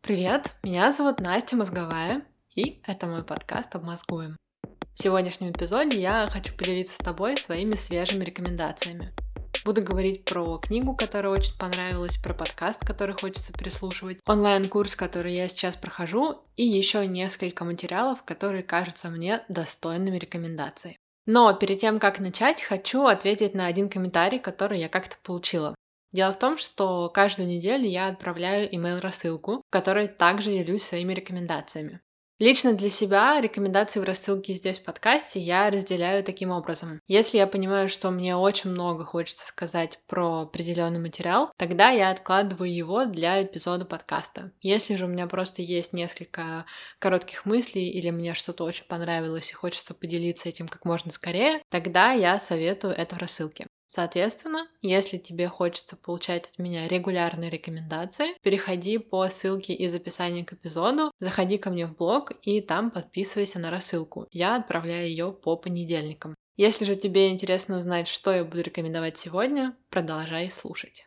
Привет, меня зовут Настя Мозговая, и это мой подкаст «Обмозгуем». В сегодняшнем эпизоде я хочу поделиться с тобой своими свежими рекомендациями. Буду говорить про книгу, которая очень понравилась, про подкаст, который хочется переслушивать, онлайн-курс, который я сейчас прохожу, и еще несколько материалов, которые кажутся мне достойными рекомендаций. Но перед тем, как начать, хочу ответить на один комментарий, который я как-то получила. Дело в том, что каждую неделю я отправляю email-рассылку, в которой также делюсь своими рекомендациями. Лично для себя рекомендации в рассылке здесь в подкасте я разделяю таким образом. Если я понимаю, что мне очень много хочется сказать про определенный материал, тогда я откладываю его для эпизода подкаста. Если же у меня просто есть несколько коротких мыслей или мне что-то очень понравилось и хочется поделиться этим как можно скорее, тогда я советую это в рассылке. Соответственно, если тебе хочется получать от меня регулярные рекомендации, переходи по ссылке из описания к эпизоду, заходи ко мне в блог и там подписывайся на рассылку. Я отправляю ее по понедельникам. Если же тебе интересно узнать, что я буду рекомендовать сегодня, продолжай слушать.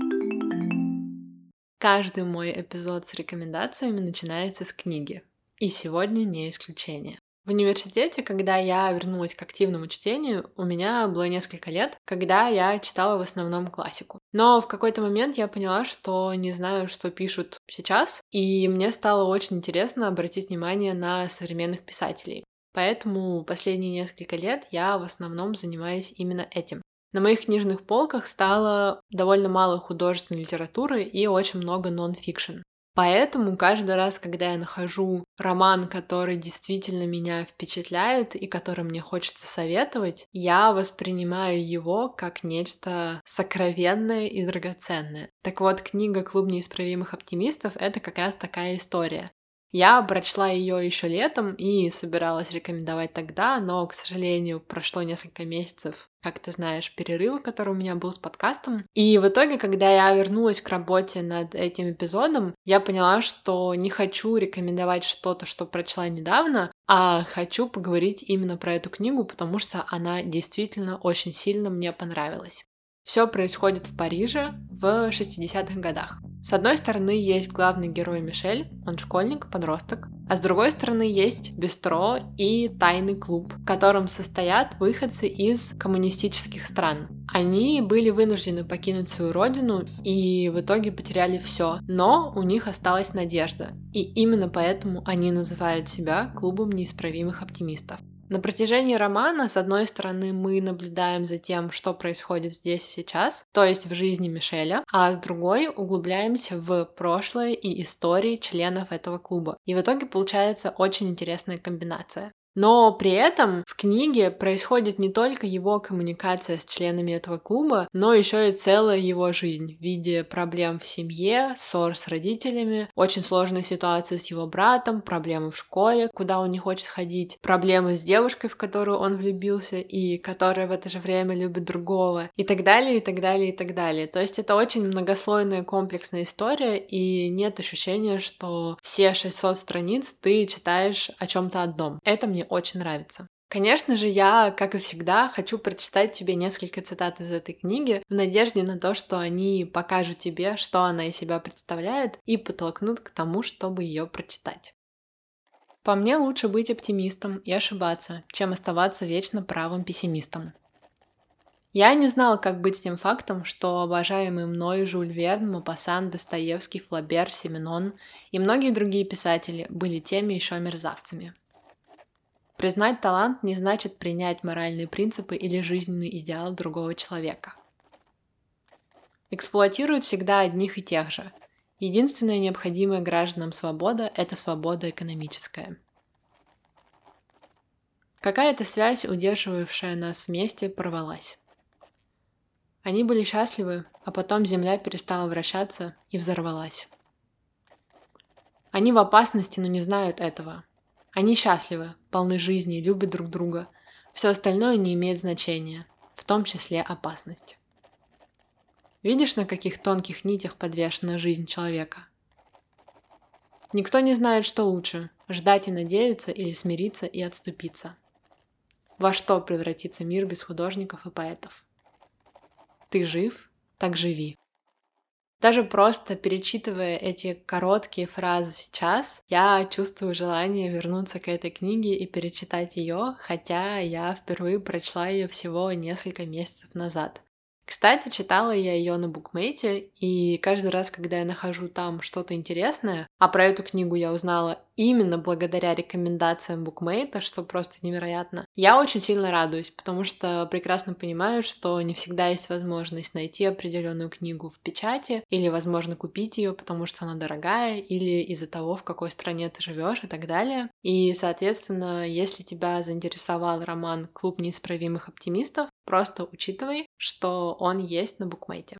Каждый мой эпизод с рекомендациями начинается с книги. И сегодня не исключение. В университете, когда я вернулась к активному чтению, у меня было несколько лет, когда я читала в основном классику. Но в какой-то момент я поняла, что не знаю, что пишут сейчас, и мне стало очень интересно обратить внимание на современных писателей. Поэтому последние несколько лет я в основном занимаюсь именно этим. На моих книжных полках стало довольно мало художественной литературы и очень много нон-фикшн. Поэтому каждый раз, когда я нахожу роман, который действительно меня впечатляет и который мне хочется советовать, я воспринимаю его как нечто сокровенное и драгоценное. Так вот, книга «Клуб неисправимых оптимистов» — это как раз такая история. Я прочла ее еще летом и собиралась рекомендовать тогда, но, к сожалению, прошло несколько месяцев, как ты знаешь, перерыва, который у меня был с подкастом. И в итоге, когда я вернулась к работе над этим эпизодом, я поняла, что не хочу рекомендовать что-то, что прочла недавно, а хочу поговорить именно про эту книгу, потому что она действительно очень сильно мне понравилась. Все происходит в Париже в 60-х годах. С одной стороны есть главный герой Мишель, он школьник, подросток, а с другой стороны есть бистро и тайный клуб, в котором состоят выходцы из коммунистических стран. Они были вынуждены покинуть свою родину и в итоге потеряли все, но у них осталась надежда, и именно поэтому они называют себя клубом неисправимых оптимистов. На протяжении романа, с одной стороны, мы наблюдаем за тем, что происходит здесь и сейчас, то есть в жизни Мишеля, а с другой углубляемся в прошлое и истории членов этого клуба. И в итоге получается очень интересная комбинация. Но при этом в книге происходит не только его коммуникация с членами этого клуба, но еще и целая его жизнь в виде проблем в семье, ссор с родителями, очень сложной ситуации с его братом, проблемы в школе, куда он не хочет ходить, проблемы с девушкой, в которую он влюбился и которая в это же время любит другого, и так далее, и так далее, и так далее. То есть это очень многослойная комплексная история, и нет ощущения, что все 600 страниц ты читаешь о чем-то одном. Это мне очень нравится. Конечно же, я, как и всегда, хочу прочитать тебе несколько цитат из этой книги в надежде на то, что они покажут тебе, что она из себя представляет, и подтолкнут к тому, чтобы ее прочитать. По мне, лучше быть оптимистом и ошибаться, чем оставаться вечно правым пессимистом. Я не знала, как быть с тем фактом, что обожаемые мною Жюль Верн, Мопассан, Достоевский, Флабер, Семенон и многие другие писатели были теми еще мерзавцами. Признать талант не значит принять моральные принципы или жизненный идеал другого человека. Эксплуатируют всегда одних и тех же. Единственная необходимая гражданам свобода – это свобода экономическая. Какая-то связь, удерживавшая нас вместе, порвалась. Они были счастливы, а потом Земля перестала вращаться и взорвалась. Они в опасности, но не знают этого. Они счастливы, полны жизни, любят друг друга. Все остальное не имеет значения, в том числе опасность. Видишь, на каких тонких нитях подвешена жизнь человека? Никто не знает, что лучше – ждать и надеяться или смириться и отступиться. Во что превратится мир без художников и поэтов? Ты жив, так живи. Даже просто перечитывая эти короткие фразы сейчас, я чувствую желание вернуться к этой книге и перечитать ее, хотя я впервые прочла ее всего несколько месяцев назад. Кстати, читала я ее на букмейте, и каждый раз, когда я нахожу там что-то интересное, а про эту книгу я узнала именно благодаря рекомендациям букмейта, что просто невероятно, я очень сильно радуюсь, потому что прекрасно понимаю, что не всегда есть возможность найти определенную книгу в печати, или, возможно, купить ее, потому что она дорогая, или из-за того, в какой стране ты живешь и так далее. И, соответственно, если тебя заинтересовал роман «Клуб неисправимых оптимистов», просто учитывай, что он есть на букмейте.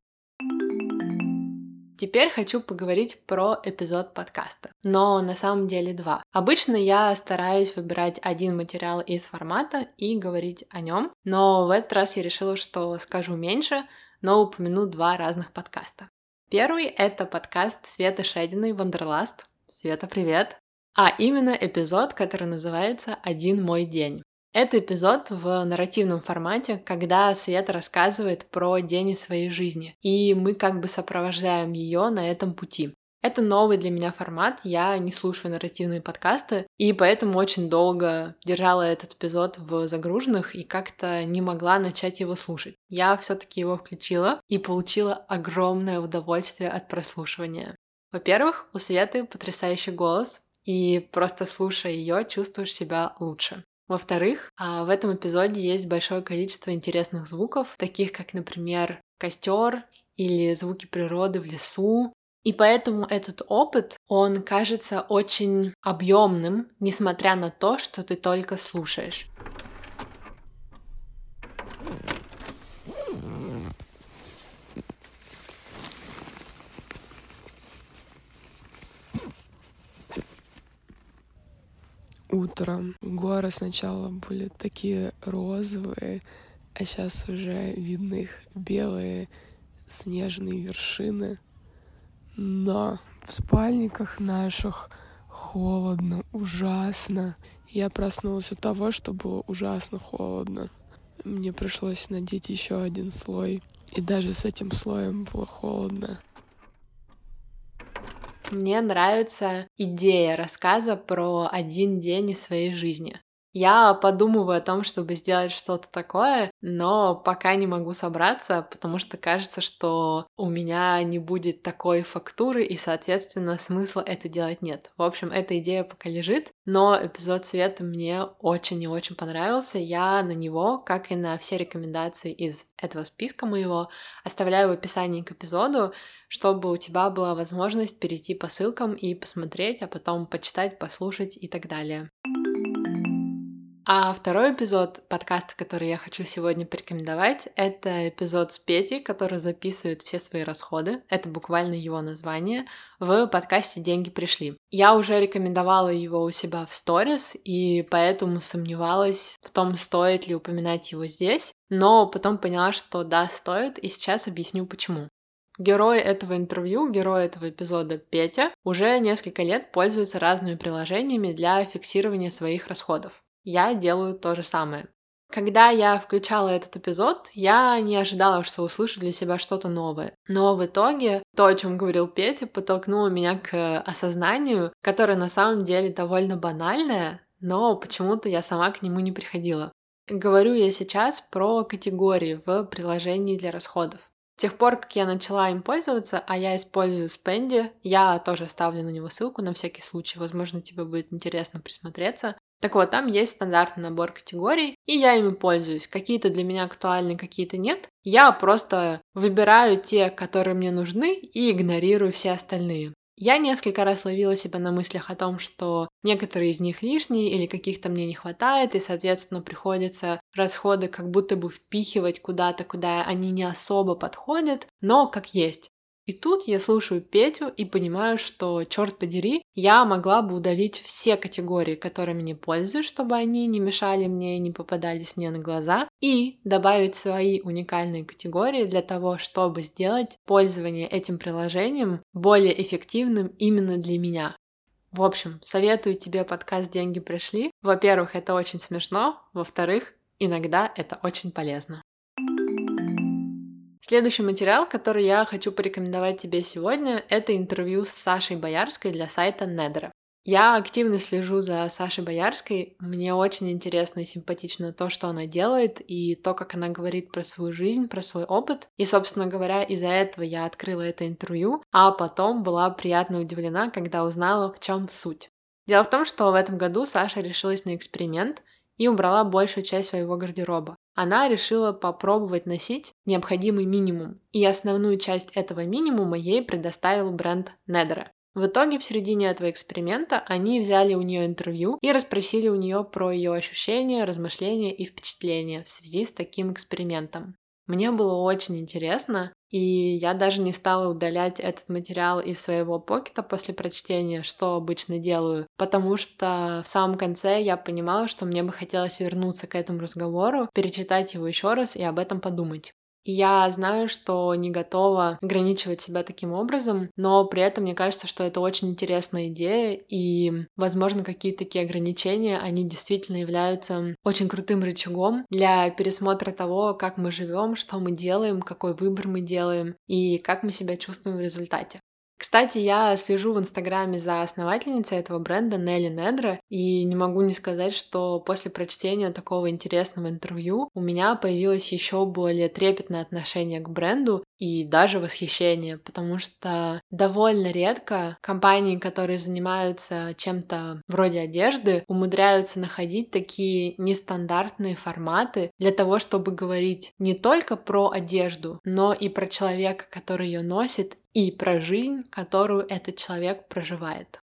Теперь хочу поговорить про эпизод подкаста, но на самом деле 2. Обычно я стараюсь выбирать один материал из формата и говорить о нем, но в этот раз я решила, что скажу меньше, но упомяну 2 разных подкаста. Первый — это подкаст Светы Шединой «Вандерласт». Света, привет! А именно эпизод, который называется «Один мой день». Это эпизод в нарративном формате, когда Света рассказывает про день из своей жизни, и мы как бы сопровождаем ее на этом пути. Это новый для меня формат, я не слушаю нарративные подкасты, и поэтому очень долго держала этот эпизод в загруженных и как-то не могла начать его слушать. Я все-таки его включила и получила огромное удовольствие от прослушивания. Во-первых, у Светы потрясающий голос, и просто слушая ее, чувствуешь себя лучше. Во-вторых, в этом эпизоде есть большое количество интересных звуков, таких как, например, костер или звуки природы в лесу. И поэтому этот опыт, он кажется очень объемным, несмотря на то, что ты только слушаешь. Утром горы сначала были такие розовые, а сейчас уже видны их белые снежные вершины. Но в спальниках наших холодно, ужасно. Я проснулась от того, что было ужасно холодно. Мне пришлось надеть еще один слой, и даже с этим слоем было холодно. Мне нравится идея рассказа про один день из своей жизни. Я подумываю о том, чтобы сделать что-то такое, но пока не могу собраться, потому что кажется, что у меня не будет такой фактуры, и, соответственно, смысла это делать нет. В общем, эта идея пока лежит, но эпизод Светы мне очень и очень понравился. Я на него, как и на все рекомендации из этого списка моего, оставляю в описании к эпизоду, чтобы у тебя была возможность перейти по ссылкам и посмотреть, а потом почитать, послушать и так далее. А второй эпизод подкаста, который я хочу сегодня порекомендовать, это эпизод с Петей, который записывает все свои расходы. Это буквально его название. В подкасте «Деньги пришли». Я уже рекомендовала его у себя в сторис, и поэтому сомневалась в том, стоит ли упоминать его здесь. Но потом поняла, что да, стоит, и сейчас объясню почему. Герой этого интервью, герой этого эпизода Петя, уже несколько лет пользуется разными приложениями для фиксирования своих расходов. Я делаю то же самое. Когда я включала этот эпизод, я не ожидала, что услышу для себя что-то новое. Но в итоге то, о чем говорил Петя, подтолкнуло меня к осознанию, которое на самом деле довольно банальное, но почему-то я сама к нему не приходила. Говорю я сейчас про категории в приложении для расходов. С тех пор, как я начала им пользоваться, а я использую Spendi, я тоже оставлю на него ссылку на всякий случай, возможно, тебе будет интересно присмотреться. Так вот, там есть стандартный набор категорий, и я ими пользуюсь. Какие-то для меня актуальны, какие-то нет. Я просто выбираю те, которые мне нужны, и игнорирую все остальные. Я несколько раз ловила себя на мыслях о том, что некоторые из них лишние или каких-то мне не хватает, и, соответственно, приходится расходы как будто бы впихивать куда-то, куда они не особо подходят, но как есть. И тут я слушаю Петю и понимаю, что, черт подери, я могла бы удалить все категории, которыми не пользуюсь, чтобы они не мешали мне и не попадались мне на глаза, и добавить свои уникальные категории для того, чтобы сделать пользование этим приложением более эффективным именно для меня. В общем, советую тебе подкаст «Деньги пришли». Во-первых, это очень смешно. Во-вторых, иногда это очень полезно. Следующий материал, который я хочу порекомендовать тебе сегодня, это интервью с Сашей Боярской для сайта Недра. Я активно слежу за Сашей Боярской, мне очень интересно и симпатично то, что она делает, и то, как она говорит про свою жизнь, про свой опыт. И, собственно говоря, из-за этого я открыла это интервью, а потом была приятно удивлена, когда узнала, в чем суть. Дело в том, что в этом году Саша решилась на эксперимент и убрала большую часть своего гардероба. Она решила попробовать носить необходимый минимум, и основную часть этого минимума ей предоставил бренд Недра. В итоге в середине этого эксперимента они взяли у нее интервью и расспросили у нее про ее ощущения, размышления и впечатления в связи с таким экспериментом. Мне было очень интересно, и я даже не стала удалять этот материал из своего покета после прочтения, что обычно делаю, потому что в самом конце я понимала, что мне бы хотелось вернуться к этому разговору, перечитать его еще раз и об этом подумать. И я знаю, что не готова ограничивать себя таким образом, но при этом мне кажется, что это очень интересная идея, и, возможно, какие-то такие ограничения, они действительно являются очень крутым рычагом для пересмотра того, как мы живем, что мы делаем, какой выбор мы делаем и как мы себя чувствуем в результате. Кстати, я слежу в Инстаграме за основательницей этого бренда Нелли Недра, и не могу не сказать, что после прочтения такого интересного интервью у меня появилось еще более трепетное отношение к бренду и даже восхищение, потому что довольно редко компании, которые занимаются чем-то вроде одежды, умудряются находить такие нестандартные форматы для того, чтобы говорить не только про одежду, но и про человека, который ее носит, и про жизнь, которую этот человек проживает.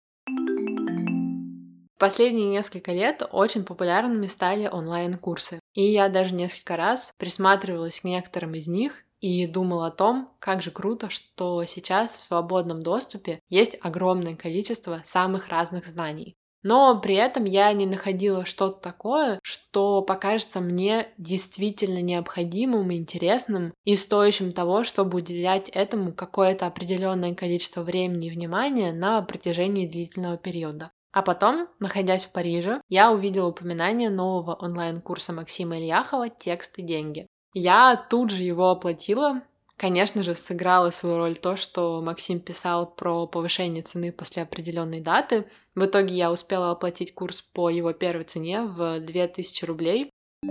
В последние несколько лет очень популярными стали онлайн-курсы. И я даже несколько раз присматривалась к некоторым из них и думала о том, как же круто, что сейчас в свободном доступе есть огромное количество самых разных знаний. Но при этом я не находила что-то такое, что покажется мне действительно необходимым, интересным и стоящим того, чтобы уделять этому какое-то определенное количество времени и внимания на протяжении длительного периода. А потом, находясь в Париже, я увидела упоминание нового онлайн-курса Максима Ильяхова «Текст и деньги». Я тут же его оплатила. Конечно же, сыграло свою роль то, что Максим писал про повышение цены после определенной даты. В итоге я успела оплатить курс по его первой цене в 2000 рублей.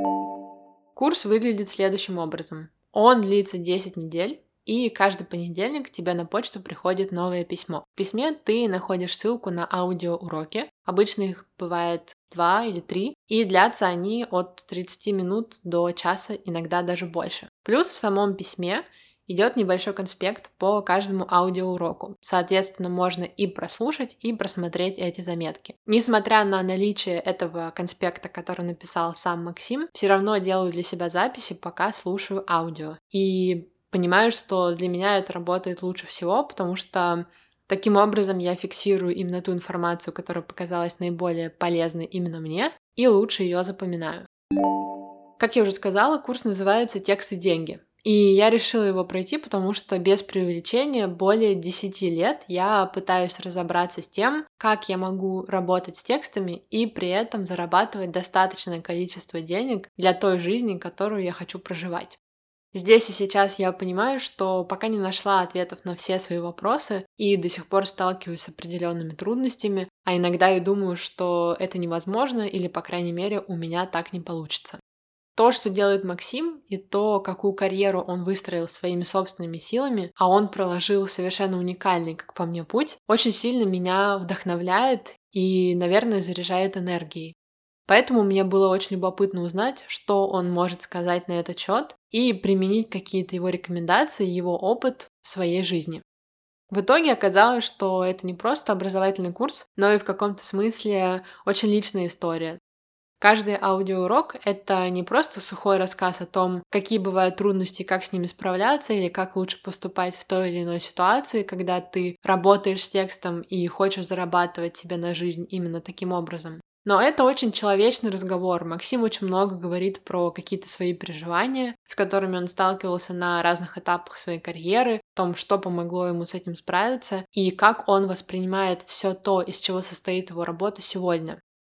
Курс выглядит следующим образом. Он длится 10 недель, и каждый понедельник тебе на почту приходит новое письмо. В письме ты находишь ссылку на аудиоуроки. Обычно их бывает 2 или 3, и длятся они от 30 минут до часа, иногда даже больше. Плюс в самом письме идет небольшой конспект по каждому аудиоуроку. Соответственно, можно и прослушать, и просмотреть эти заметки. Несмотря на наличие этого конспекта, который написал сам Максим, все равно делаю для себя записи, пока слушаю аудио. И понимаю, что для меня это работает лучше всего, потому что таким образом я фиксирую именно ту информацию, которая показалась наиболее полезной именно мне, и лучше ее запоминаю. Как я уже сказала, курс называется «Текст и деньги». И я решила его пройти, потому что без преувеличения более 10 лет я пытаюсь разобраться с тем, как я могу работать с текстами и при этом зарабатывать достаточное количество денег для той жизни, которую я хочу проживать. Здесь и сейчас я понимаю, что пока не нашла ответов на все свои вопросы и до сих пор сталкиваюсь с определенными трудностями, а иногда и думаю, что это невозможно или, по крайней мере, у меня так не получится. То, что делает Максим, и то, какую карьеру он выстроил своими собственными силами, а он проложил совершенно уникальный, как по мне, путь, очень сильно меня вдохновляет и, наверное, заряжает энергией. Поэтому мне было очень любопытно узнать, что он может сказать на этот счет и применить какие-то его рекомендации, его опыт в своей жизни. В итоге оказалось, что это не просто образовательный курс, но и в каком-то смысле очень личная история. Каждый аудиоурок — это не просто сухой рассказ о том, какие бывают трудности, как с ними справляться или как лучше поступать в той или иной ситуации, когда ты работаешь с текстом и хочешь зарабатывать себе на жизнь именно таким образом. Но это очень человечный разговор. Максим очень много говорит про какие-то свои переживания, с которыми он сталкивался на разных этапах своей карьеры, о том, что помогло ему с этим справиться, и как он воспринимает все то, из чего состоит его работа сегодня.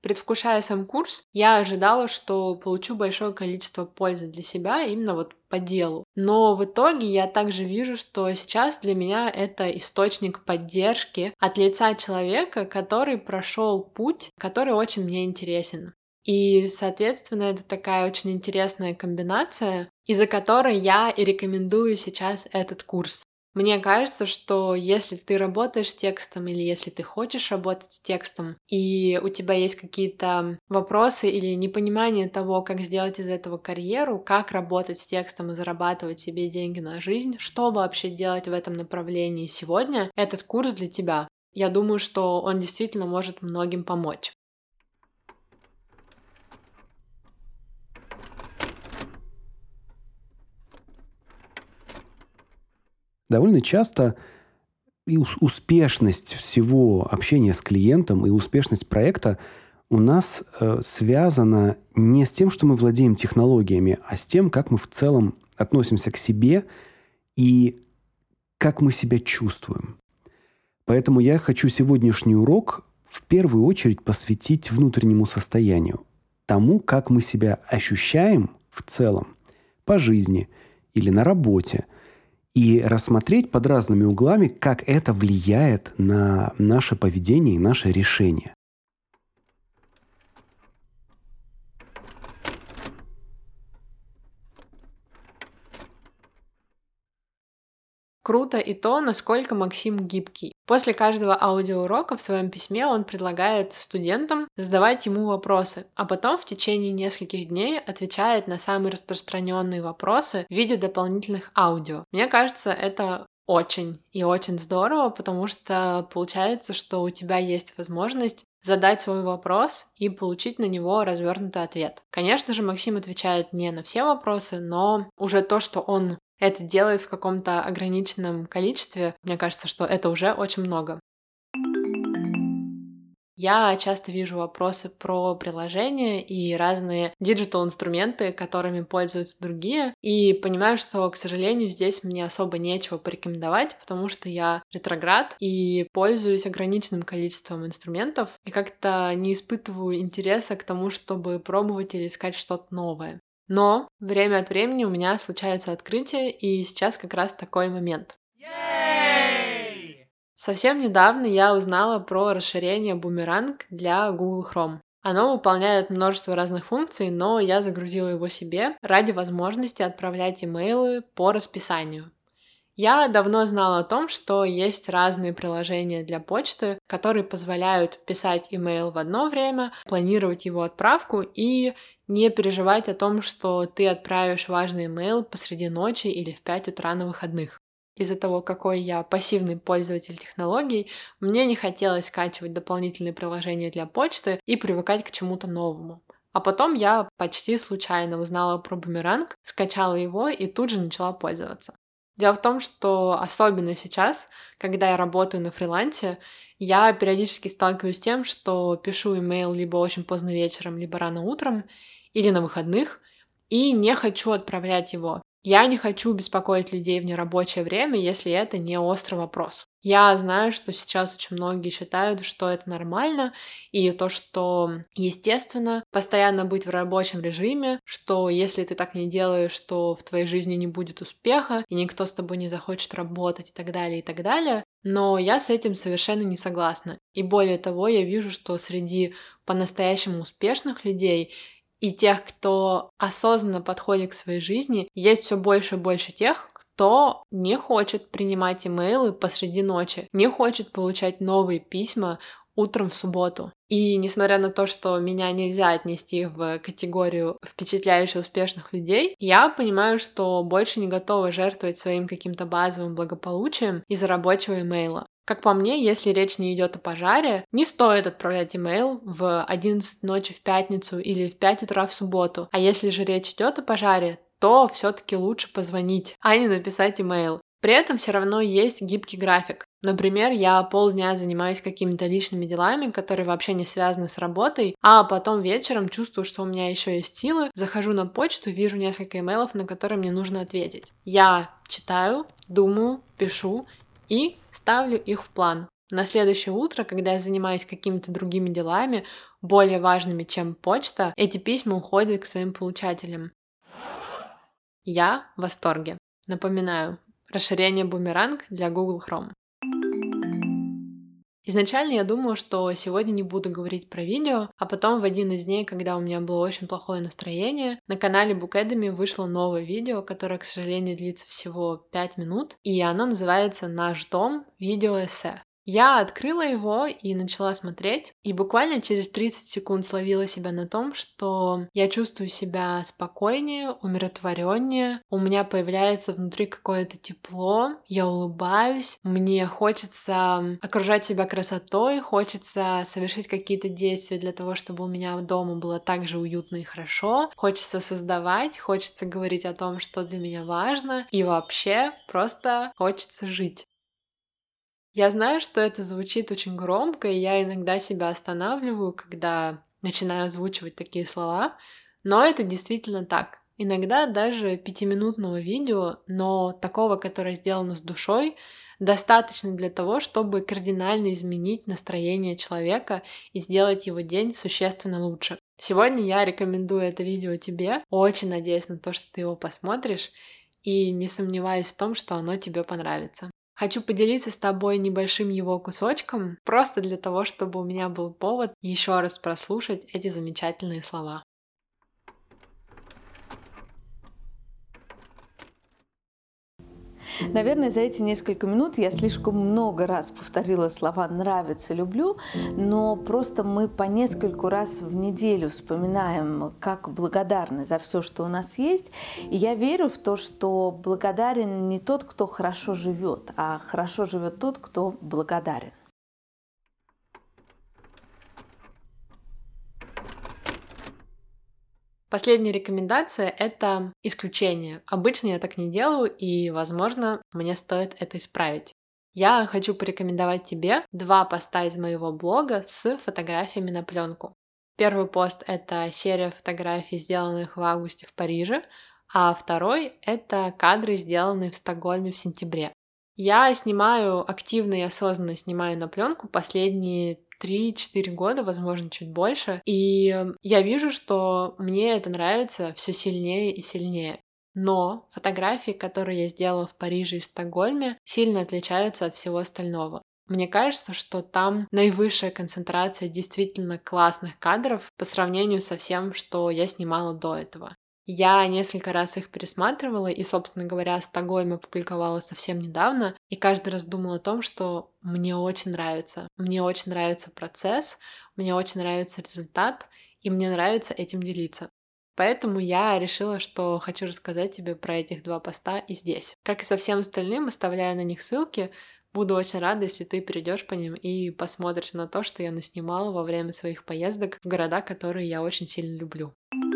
Предвкушая сам курс, я ожидала, что получу большое количество пользы для себя именно вот по делу. Но в итоге я также вижу, что сейчас для меня это источник поддержки от лица человека, который прошел путь, который очень мне интересен. И, соответственно, это такая очень интересная комбинация, из-за которой я и рекомендую сейчас этот курс. Мне кажется, что если ты работаешь с текстом или если ты хочешь работать с текстом, и у тебя есть какие-то вопросы или непонимание того, как сделать из этого карьеру, как работать с текстом и зарабатывать себе деньги на жизнь, что вообще делать в этом направлении сегодня, этот курс для тебя. Я думаю, что он действительно может многим помочь. Довольно часто и успешность всего общения с клиентом и успешность проекта у нас связана не с тем, что мы владеем технологиями, а с тем, как мы в целом относимся к себе и как мы себя чувствуем. Поэтому я хочу сегодняшний урок в первую очередь посвятить внутреннему состоянию, тому, как мы себя ощущаем в целом по жизни или на работе, и рассмотреть под разными углами, как это влияет на наше поведение и наши решения. Круто и то, насколько Максим гибкий. После каждого аудиоурока в своем письме он предлагает студентам задавать ему вопросы, а потом в течение нескольких дней отвечает на самые распространенные вопросы в виде дополнительных аудио. Мне кажется, это очень и очень здорово, потому что получается, что у тебя есть возможность задать свой вопрос и получить на него развернутый ответ. Конечно же, Максим отвечает не на все вопросы, но уже то, что он это делает в каком-то ограниченном количестве, мне кажется, что это уже очень много. Я часто вижу вопросы про приложения и разные диджитал-инструменты, которыми пользуются другие, и понимаю, что, к сожалению, здесь мне особо нечего порекомендовать, потому что я ретроград и пользуюсь ограниченным количеством инструментов, и как-то не испытываю интереса к тому, чтобы пробовать или искать что-то новое. Но время от времени у меня случаются открытия, и сейчас как раз такой момент. Совсем недавно я узнала про расширение Boomerang для Google Chrome. Оно выполняет множество разных функций, но я загрузила его себе ради возможности отправлять имейлы по расписанию. Я давно знала о том, что есть разные приложения для почты, которые позволяют писать имейл в одно время, планировать его отправку и не переживать о том, что ты отправишь важный имейл посреди ночи или в 5 утра на выходных. Из-за того, какой я пассивный пользователь технологий, мне не хотелось скачивать дополнительные приложения для почты и привыкать к чему-то новому. А потом я почти случайно узнала про Boomerang, скачала его и тут же начала пользоваться. Дело в том, что особенно сейчас, когда я работаю на фрилансе, я периодически сталкиваюсь с тем, что пишу имейл либо очень поздно вечером, либо рано утром, или на выходных, и не хочу отправлять его. Я не хочу беспокоить людей в нерабочее время, если это не острый вопрос. Я знаю, что сейчас очень многие считают, что это нормально, и то, что естественно постоянно быть в рабочем режиме, что если ты так не делаешь, то в твоей жизни не будет успеха, и никто с тобой не захочет работать и так далее, и так далее. Но я с этим совершенно не согласна. И более того, я вижу, что среди по-настоящему успешных людей и тех, кто осознанно подходит к своей жизни, есть все больше и больше тех, кто не хочет принимать имейлы посреди ночи, не хочет получать новые письма утром в субботу. И несмотря на то, что меня нельзя отнести в категорию впечатляюще успешных людей, я понимаю, что больше не готова жертвовать своим каким-то базовым благополучием из-за рабочего имейла. Как по мне, если речь не идет о пожаре, не стоит отправлять имейл в 11 ночи в пятницу или в 5 утра в субботу. А если же речь идет о пожаре, то все-таки лучше позвонить, а не написать имейл. При этом все равно есть гибкий график. Например, я полдня занимаюсь какими-то личными делами, которые вообще не связаны с работой, а потом вечером чувствую, что у меня еще есть силы, захожу на почту, вижу несколько имейлов, на которые мне нужно ответить. Я читаю, думаю, пишу и ставлю их в план. На следующее утро, когда я занимаюсь какими-то другими делами, более важными, чем почта, эти письма уходят к своим получателям. Я в восторге. Напоминаю, расширение бумеранг для Google Chrome. Изначально я думала, что сегодня не буду говорить про видео, а потом в один из дней, когда у меня было очень плохое настроение, на канале Bookademy вышло новое видео, которое, к сожалению, длится всего 5 минут, и оно называется «Наш дом. Видеоэссе». Я открыла его и начала смотреть, и буквально через 30 секунд словила себя на том, что я чувствую себя спокойнее, умиротвореннее, у меня появляется внутри какое-то тепло, я улыбаюсь, мне хочется окружать себя красотой, хочется совершить какие-то действия для того, чтобы у меня дома было так же уютно и хорошо, хочется создавать, хочется говорить о том, что для меня важно, и вообще просто хочется жить. Я знаю, что это звучит очень громко, и я иногда себя останавливаю, когда начинаю озвучивать такие слова, но это действительно так. Иногда даже 5-минутного видео, но такого, которое сделано с душой, достаточно для того, чтобы кардинально изменить настроение человека и сделать его день существенно лучше. Сегодня я рекомендую это видео тебе, очень надеюсь на то, что ты его посмотришь, и не сомневаюсь в том, что оно тебе понравится. Хочу поделиться с тобой небольшим его кусочком, просто для того, чтобы у меня был повод еще раз прослушать эти замечательные слова. Наверное, за эти несколько минут я слишком много раз повторила слова «нравится», «люблю», но просто мы по нескольку раз в неделю вспоминаем, как благодарны за все, что у нас есть. И я верю в то, что благодарен не тот, кто хорошо живет, а хорошо живет тот, кто благодарен. Последняя рекомендация — это исключение. Обычно я так не делаю, и, возможно, мне стоит это исправить. Я хочу порекомендовать тебе 2 поста из моего блога с фотографиями на пленку. Первый пост — это серия фотографий, сделанных в августе в Париже, а второй — это кадры, сделанные в Стокгольме в сентябре. Я снимаю, активно и осознанно снимаю на пленку последние 3-4 года, возможно, чуть больше. И я вижу, что мне это нравится все сильнее и сильнее. Но фотографии, которые я сделала в Париже и Стокгольме, сильно отличаются от всего остального. Мне кажется, что там наивысшая концентрация действительно классных кадров по сравнению со всем, что я снимала до этого. Я несколько раз их пересматривала и, собственно говоря, Стокгольм опубликовала совсем недавно, и каждый раз думала о том, что мне очень нравится. Мне очень нравится процесс, мне очень нравится результат, и мне нравится этим делиться. Поэтому я решила, что хочу рассказать тебе про этих 2 поста и здесь. Как и со всем остальным, оставляю на них ссылки. Буду очень рада, если ты перейдешь по ним и посмотришь на то, что я наснимала во время своих поездок в города, которые я очень сильно люблю.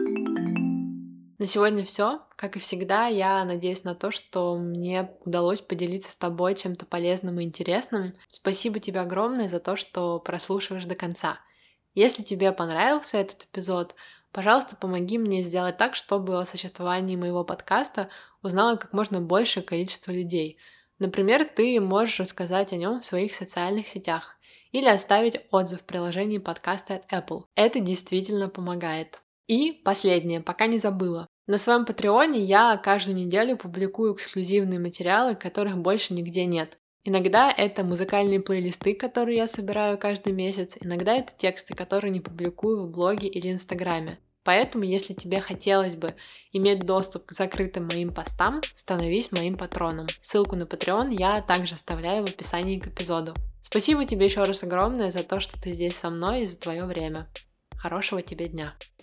На сегодня все. Как и всегда, я надеюсь на то, что мне удалось поделиться с тобой чем-то полезным и интересным. Спасибо тебе огромное за то, что прослушиваешь до конца. Если тебе понравился этот эпизод, пожалуйста, помоги мне сделать так, чтобы о существовании моего подкаста узнало как можно большее количество людей. Например, ты можешь рассказать о нем в своих социальных сетях или оставить отзыв в приложении подкаста от Apple. Это действительно помогает. И последнее, пока не забыла. На своем Патреоне я каждую неделю публикую эксклюзивные материалы, которых больше нигде нет. Иногда это музыкальные плейлисты, которые я собираю каждый месяц, иногда это тексты, которые не публикую в блоге или Инстаграме. Поэтому, если тебе хотелось бы иметь доступ к закрытым моим постам, становись моим патроном. Ссылку на Patreon я также оставляю в описании к эпизоду. Спасибо тебе еще раз огромное за то, что ты здесь со мной и за твое время. Хорошего тебе дня!